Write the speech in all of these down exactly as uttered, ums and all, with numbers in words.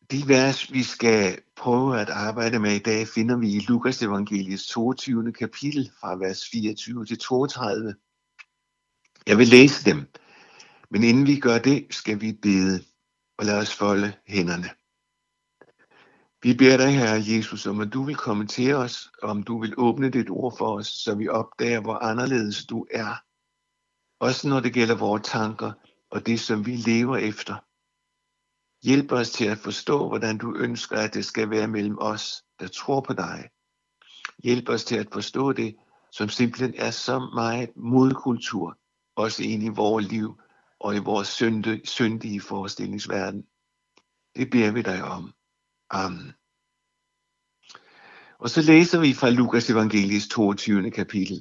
De vers, vi skal prøve at arbejde med i dag, finder vi i Lukas evangeliets toogtyvende kapitel fra vers fireogtyve til toogtredive. Jeg vil læse dem, men inden vi gør det, skal vi bede, og lad os folde hænderne. Vi beder dig, Herre Jesus, om at du vil komme til os, og om du vil åbne dit ord for os, så vi opdager, hvor anderledes du er. Også når det gælder vores tanker og det, som vi lever efter. Hjælp os til at forstå, hvordan du ønsker, at det skal være mellem os, der tror på dig. Hjælp os til at forstå det, som simpelthen er så meget modkultur, også ind i vores liv og i vores synde, syndige forestillingsverden. Det beder vi dig om. Amen. Og så læser vi fra Lukas evangeliets toogtyvende kapitel.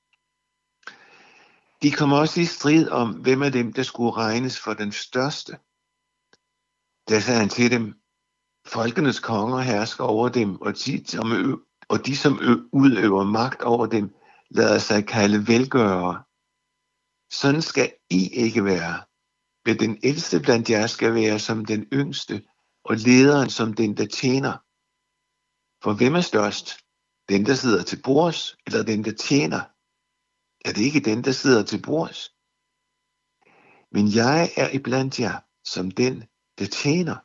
De kom også i strid om, hvem af dem, der skulle regnes for den største. Der sagde han til dem, folkenes konger hersker over dem, og de, som, ø- og de, som ø- udøver magt over dem, lader sig kalde velgørere. Sådan skal I ikke være. Men den ældste blandt jer skal være som den yngste, og lederen som den, der tjener. For hvem er størst? Den, der sidder til bords, eller den, der tjener? Er det ikke den, der sidder til bords? Men jeg er iblandt jer som den, der tjener.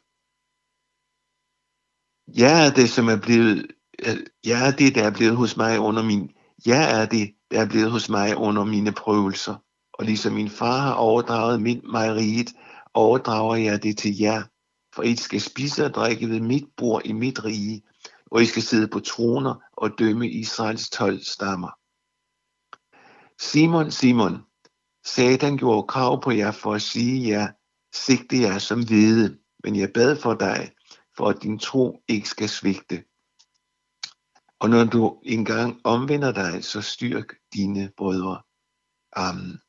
Jeg er det, som er blevet, jeg er det, der er blevet hos mig under min, jeg er det, der er blevet hos mig under mine prøvelser. Og ligesom min far har overdraget mit, mig riget, overdrager jeg det til jer. For I skal spise og drikke ved mit bord i mit rige, og I skal sidde på troner og dømme Israels tolv stammer. Simon, Simon, Satan gjorde krav på jer for at sige jer, sigte jer som hvede, men jeg bad for dig, for at din tro ikke skal svigte. Og når du engang omvender dig, så styrk dine brødre. Amen.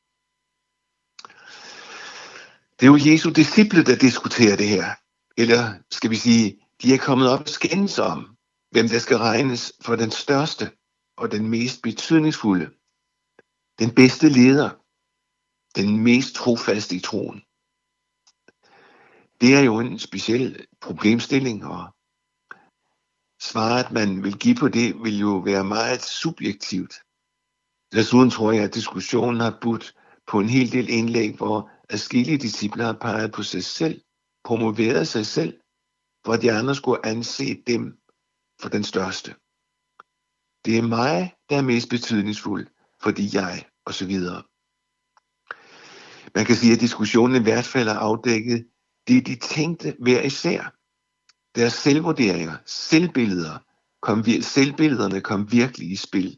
Det er jo Jesu disciple, der diskuterer det her. Eller skal vi sige, de er kommet op og skændes om, hvem der skal regnes for den største og den mest betydningsfulde. Den bedste leder. Den mest trofaste i troen. Det er jo en speciel problemstilling, og svaret, man vil give på det, vil jo være meget subjektivt. Desuden tror jeg, at diskussionen har budt på en hel del indlæg, hvor adskillige discipler har peget på sig selv, promoveret sig selv, for at de andre skulle anse dem for den største. Det er mig, der er mest betydningsfuld, fordi jeg, og så videre. Man kan sige, at diskussionen i hvert fald har afdækket det, de tænkte hver især. Deres selvvurderinger, selvbilleder, kom, selvbillederne kom virkelig i spil.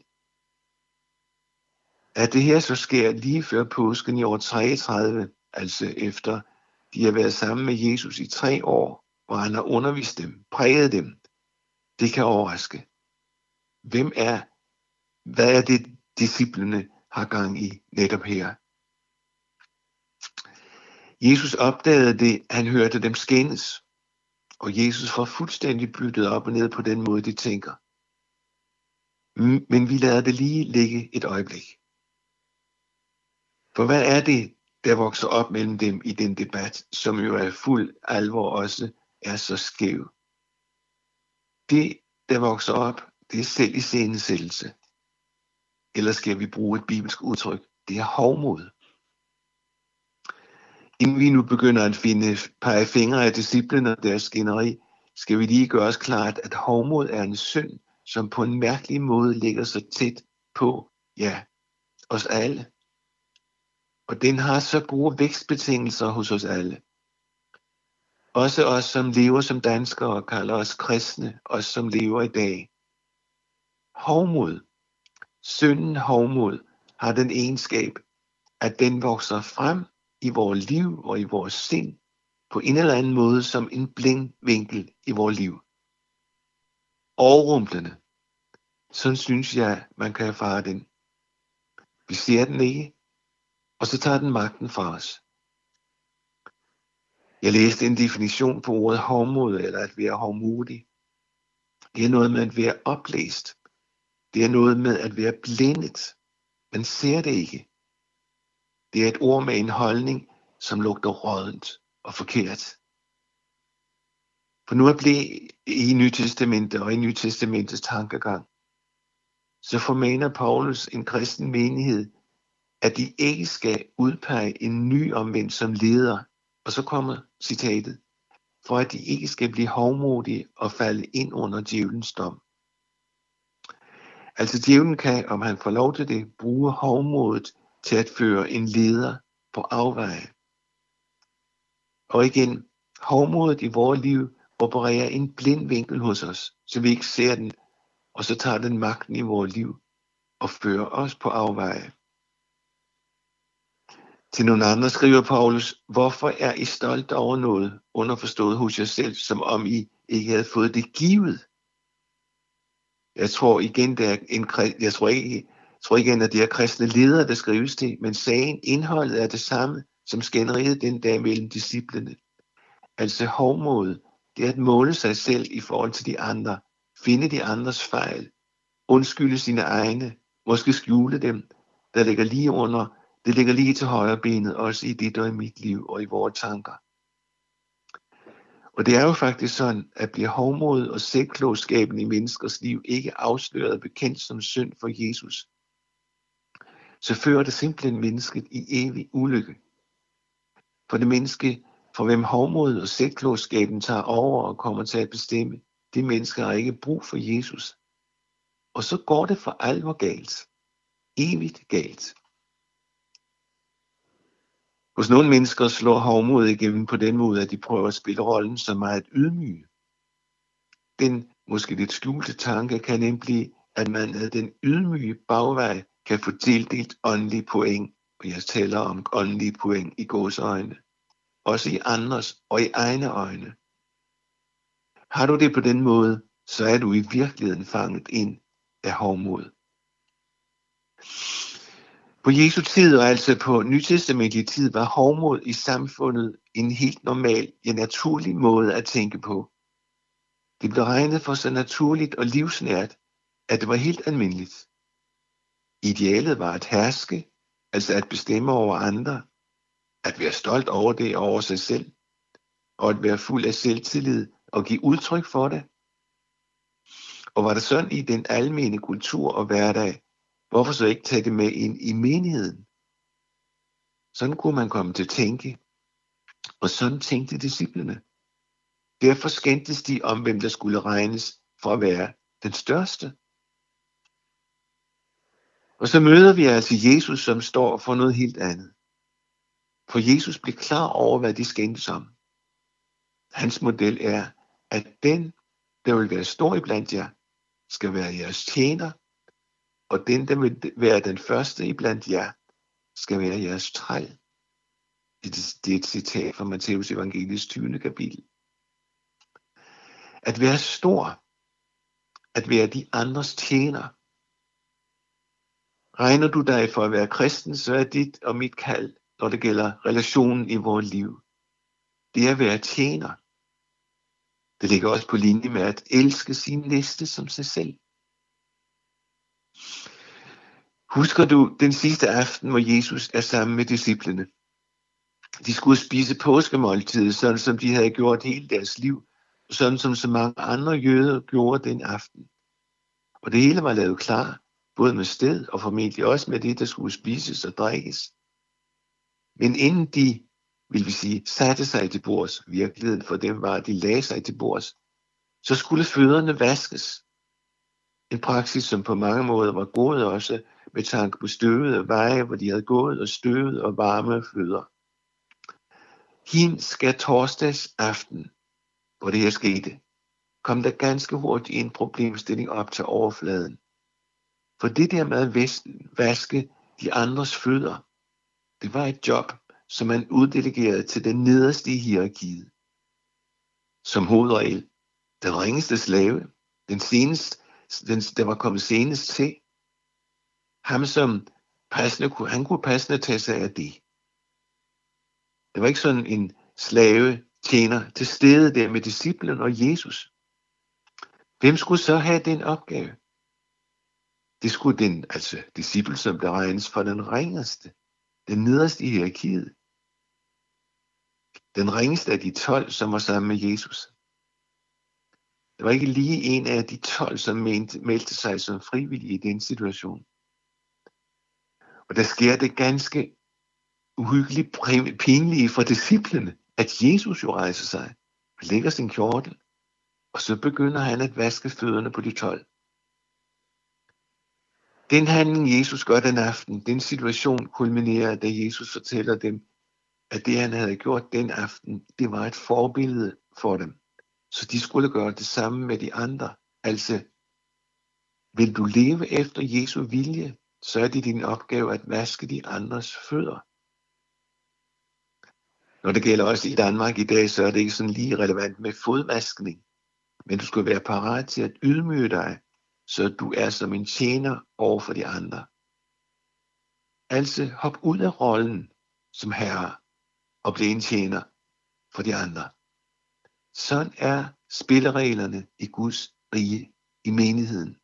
At det her så sker lige før påsken i år treogtredive, altså efter de har været sammen med Jesus i tre år, hvor han har undervist dem, præget dem, det kan overraske. Hvem er, hvad er det, disciplene har gang i netop her? Jesus opdagede det, han hørte dem skændes, og Jesus får fuldstændig byttet op og ned på den måde, de tænker. Men vi lader det lige ligge et øjeblik. For hvad er det, der vokser op mellem dem i den debat, som jo er fuld alvor også er så skæv? Det, der vokser op, det er selv iscenesættelse. Eller skal vi bruge et bibelsk udtryk? Det er hovmod. Inden vi nu begynder at finde pege fingre af disciplene og deres skænderi, skal vi lige gøre os klart, at hovmod er en synd, som på en mærkelig måde ligger så tæt på, ja, os alle. Og den har så gode vækstbetingelser hos os alle. Også os, som lever som danskere og kalder os kristne, os som lever i dag. Hovmod, synden hovmod, har den egenskab, at den vokser frem i vores liv og i vores sind på en eller anden måde som en blind vinkel i vores liv. Overrumplende. Sådan synes jeg, man kan erfare den. Vi ser den ikke, og så tager den magten fra os. Jeg læste en definition på ordet hovmod, eller at være hovmodig. Det er noget med at være oplæst. Det er noget med at være blindet. Man ser det ikke. Det er et ord med en holdning, som lugter råddent og forkert. For nu at blive i Nytestamentet og i Nytestamentets tankegang, så formaner Paulus en kristen menighed, at de ikke skal udpege en ny omvendt som leder. Og så kommer citatet, for at de ikke skal blive hovmodige og falde ind under djævelens dom. Altså djævlen kan, om han får lov til det, bruge hovmodet til at føre en leder på afveje. Og igen, hovmodet i vores liv opererer en blind vinkel hos os, så vi ikke ser den, og så tager den magten i vores liv og fører os på afveje. Til nogle andre skriver Paulus, hvorfor er I stolt over noget, underforstået hos jer selv, som om I ikke havde fået det givet? Jeg tror igen, det er en, jeg tror ikke, jeg tror igen, at det er kristne ledere, der skrives til, men sagen, indholdet er det samme, som skænderiet den dag mellem disciplene. Altså hovmod, det er at måle sig selv i forhold til de andre, finde de andres fejl, undskylde sine egne, måske skjule dem, der ligger lige under, det ligger lige til højre benet, også i dit og i mit liv og i vores tanker. Og det er jo faktisk sådan, at bliver hovmod og selvklogskaben i menneskers liv ikke afsløret og bekendt som synd for Jesus, så fører det simpelthen mennesket i evig ulykke. For det menneske, for hvem hovmod og selvklogskaben tager over og kommer til at bestemme, de mennesker har ikke brug for Jesus. Og så går det for alvor galt. Evigt galt. Hos nogle mennesker slår hovmod igennem på den måde, at de prøver at spille rollen som meget ydmyge. Den måske lidt skjulte tanke kan nemlig, at man af den ydmyge bagvej kan få tildelt åndelige point, og jeg taler om åndelige point i gåseøjne, også i andres og i egne øjne. Har du det på den måde, så er du i virkeligheden fanget ind af hovmod. På Jesu tid, og altså på nytestamentlig tid, var hovmod i samfundet en helt normal, ja naturlig måde at tænke på. Det blev regnet for så naturligt og livsnært, at det var helt almindeligt. Idealet var at herske, altså at bestemme over andre, at være stolt over det og over sig selv, og at være fuld af selvtillid og give udtryk for det. Og var det sådan i den almene kultur og hverdag, hvorfor så ikke tage det med ind i menigheden? Sådan kunne man komme til at tænke, og sådan tænkte disciplene. Derfor skændtes de om, hvem der skulle regnes for at være den største. Og så møder vi altså Jesus, som står for noget helt andet. For Jesus blev klar over, hvad de skændtes om. Hans model er, at den, der vil være stor iblandt jer, skal være jeres tjener, og den, der vil være den første iblandt jer, skal være jeres træl. Det er et citat fra Matteus evangeliets tyvende kapitel. At være stor, at være de andres tjener. Regner du dig for at være kristen, så er dit og mit kald, når det gælder relationen i vores liv. Det er at være tjener. Det ligger også på linje med at elske sin næste som sig selv. Husker du den sidste aften, hvor Jesus er sammen med disciplene? De skulle spise påskemåltidet, sådan som de havde gjort hele deres liv, sådan som så mange andre jøder gjorde den aften. Og det hele var lavet klar, både med sted og formentlig også med det, der skulle spises og drikkes. Men inden de, vil vi sige, satte sig til bords, virkeligheden for dem var, at de lagde sig til bords, så skulle fødderne vaskes. En praksis, som på mange måder var god også med tanke på støvede veje, hvor de havde gået og støvet og varme fødder. Hin skal torsdags aften, hvor det her skete, kom der ganske hurtigt en problemstilling op til overfladen. For det der med at vaske de andres fødder, det var et job, som man uddelegerede til den nederste i hierarkiet. Som hovedregel, den ringeste slave, den seneste, den, der var kommet senest til, ham som passende, han kunne passende tage sig af det. Det var ikke sådan en slave tjener til stede der med disciplen og Jesus. Hvem skulle så have den opgave? Det skulle den, altså disciple, som der regnes for den ringeste, den nederste i hierarkiet. Den ringeste af de tolv, som var sammen med Jesus. Det var ikke lige en af de tolv, som mente, meldte sig som frivillige i den situation. Og der sker det ganske uhyggeligt pinlige for disciplene, at Jesus jo rejser sig, lægger sin kjortel, og så begynder han at vaske fødderne på de tolv. Den handling, Jesus gør den aften, den situation kulminerer, da Jesus fortæller dem, at det, han havde gjort den aften, det var et forbillede for dem. Så de skulle gøre det samme med de andre. Altså, vil du leve efter Jesu vilje, så er det din opgave at vaske de andres fødder. Når det gælder også i Danmark i dag, så er det ikke sådan lige relevant med fodvaskning. Men du skal være parat til at ydmyge dig, så du er som en tjener over for de andre. Altså hop ud af rollen som herre og bliv en tjener for de andre. Sådan er spillereglerne i Guds rige i menigheden.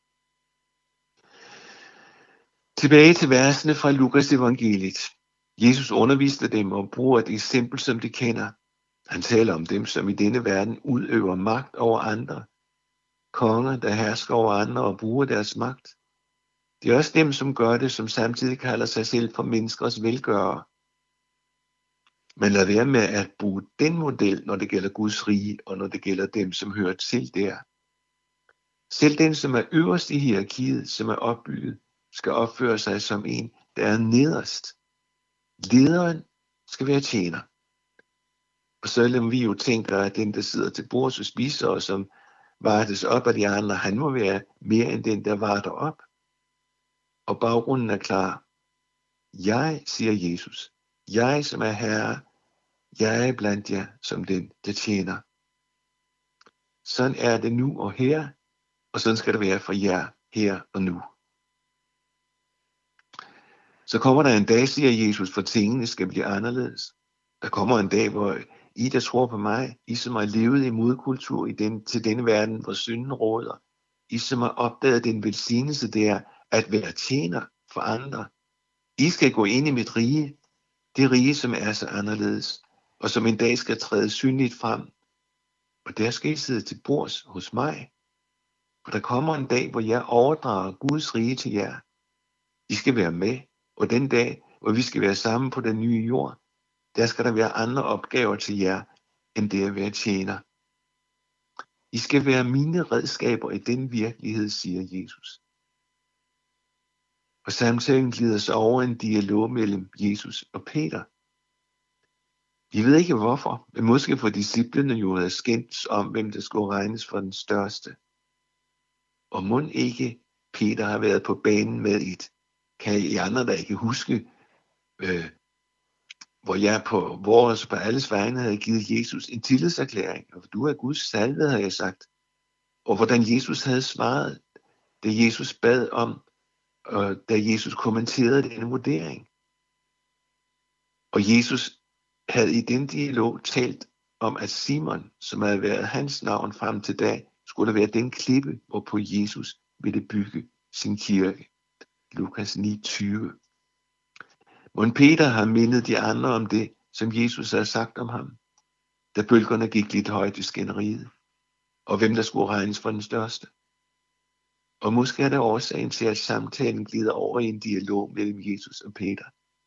Tilbage til versene fra Lukas evangeliet. Jesus underviste dem og bruger et eksempel, som de kender. Han taler om dem, som i denne verden udøver magt over andre. Konger, der hersker over andre og bruger deres magt. Det er også dem, som gør det, som samtidig kalder sig selv for menneskers velgørere. Men lad være med at bruge den model, når det gælder Guds rige, og når det gælder dem, som hører til der. Selv den, som er øverst i hierarkiet, som er opbygget, skal opføre sig som en, der er nederst. Lederen skal være tjener. Og selvom vi jo tænker, at den, der sidder til bords og spiser, og som vartes op af de andre, han må være mere end den, der varter op. Og baggrunden er klar. Jeg, siger Jesus, jeg som er herre, jeg er blandt jer som den, der tjener. Sådan er det nu og her, og sådan skal det være for jer her og nu. Så kommer der en dag, siger Jesus, for tingene skal blive anderledes. Der kommer en dag, hvor I, der tror på mig, I som har levet i modkultur i den, til denne verden, hvor synden råder, I som har opdaget den velsignelse der, at være tjener for andre. I skal gå ind i mit rige, det rige, som er så anderledes, og som en dag skal træde synligt frem. Og der skal I sidde til bords hos mig. For der kommer en dag, hvor jeg overdrager Guds rige til jer. I skal være med, og den dag, hvor vi skal være sammen på den nye jord, der skal der være andre opgaver til jer, end det at være tjener. I skal være mine redskaber i den virkelighed, siger Jesus. Og samtalen glider sig over en dialog mellem Jesus og Peter. Vi ved ikke hvorfor, men måske for disciplene jo havde skændt om, hvem der skulle regnes for den største. Og mon ikke Peter har været på banen med et, kan I andre da ikke huske, øh, hvor jeg på vores på alles vegne havde givet Jesus en tillidserklæring, og du er Guds salvede, havde jeg sagt. Og hvordan Jesus havde svaret, da Jesus bad om, og da Jesus kommenterede denne vurdering. Og Jesus havde i den dialog talt om, at Simon, som havde været hans navn frem til da, skulle være den klippe, hvorpå Jesus ville bygge sin kirke. Lukas ni tyve. Mon Peter har mindet de andre om det, som Jesus havde sagt om ham, da bølgerne gik lidt højt i skænderiet, og hvem der skulle regnes for den største. Og måske er det årsagen til, at samtalen glider over i en dialog mellem Jesus og Peter.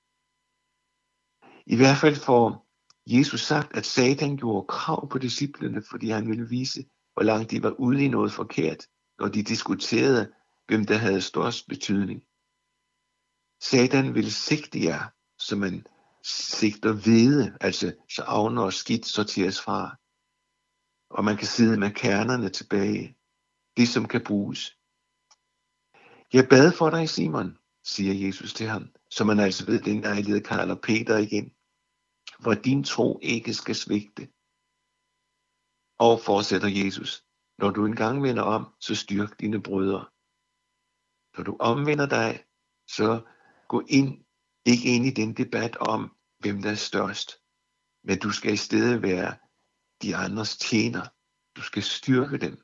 I hvert fald får Jesus sagt, at Satan gjorde krav på disciplene, fordi han ville vise, hvor langt de var ude i noget forkert, når de diskuterede, hvem der havde størst betydning. Satan vil sigte jer, som man sigter hvede, altså så avner og skidt sorteres fra. Og man kan sidde med kernerne tilbage, det som kan bruges. Jeg bad for dig, Simon, siger Jesus til ham, som man altså ved den lejlighed kalder Peter igen, for din tro ikke skal svigte. Og fortsætter Jesus, når du engang vender om, så styrk dine brødre. Når du omvender dig, så gå ind, ikke ind i den debat om, hvem der er størst, men du skal i stedet være de andres tjener. Du skal styrke dem.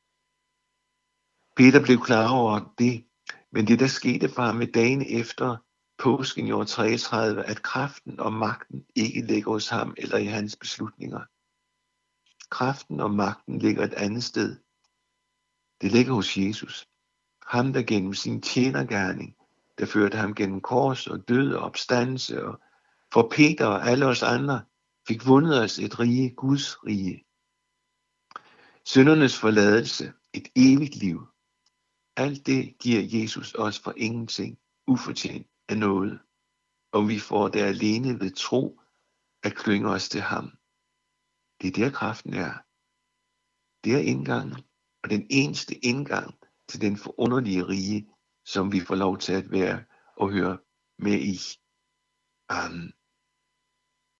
Peter blev klar over det, men det der skete for ham i dagen efter påsken i år treogtredive, at kraften og magten ikke ligger hos ham eller i hans beslutninger. Kraften og magten ligger et andet sted, Det ligger hos Jesus. Ham, der gennem sin tjenergerning, der førte ham gennem kors og død og opstandelse, og for Peter og alle os andre, fik vundet os et rige, Guds rige. Syndernes forladelse, et evigt liv. Alt det giver Jesus os for ingenting, ufortjent af noget. Og vi får det alene ved tro, at klynge os til ham. Det er der kraften er. Det er indgangen, og den eneste indgang til den forunderlige rige, som vi får lov til at være og høre med i. Amen.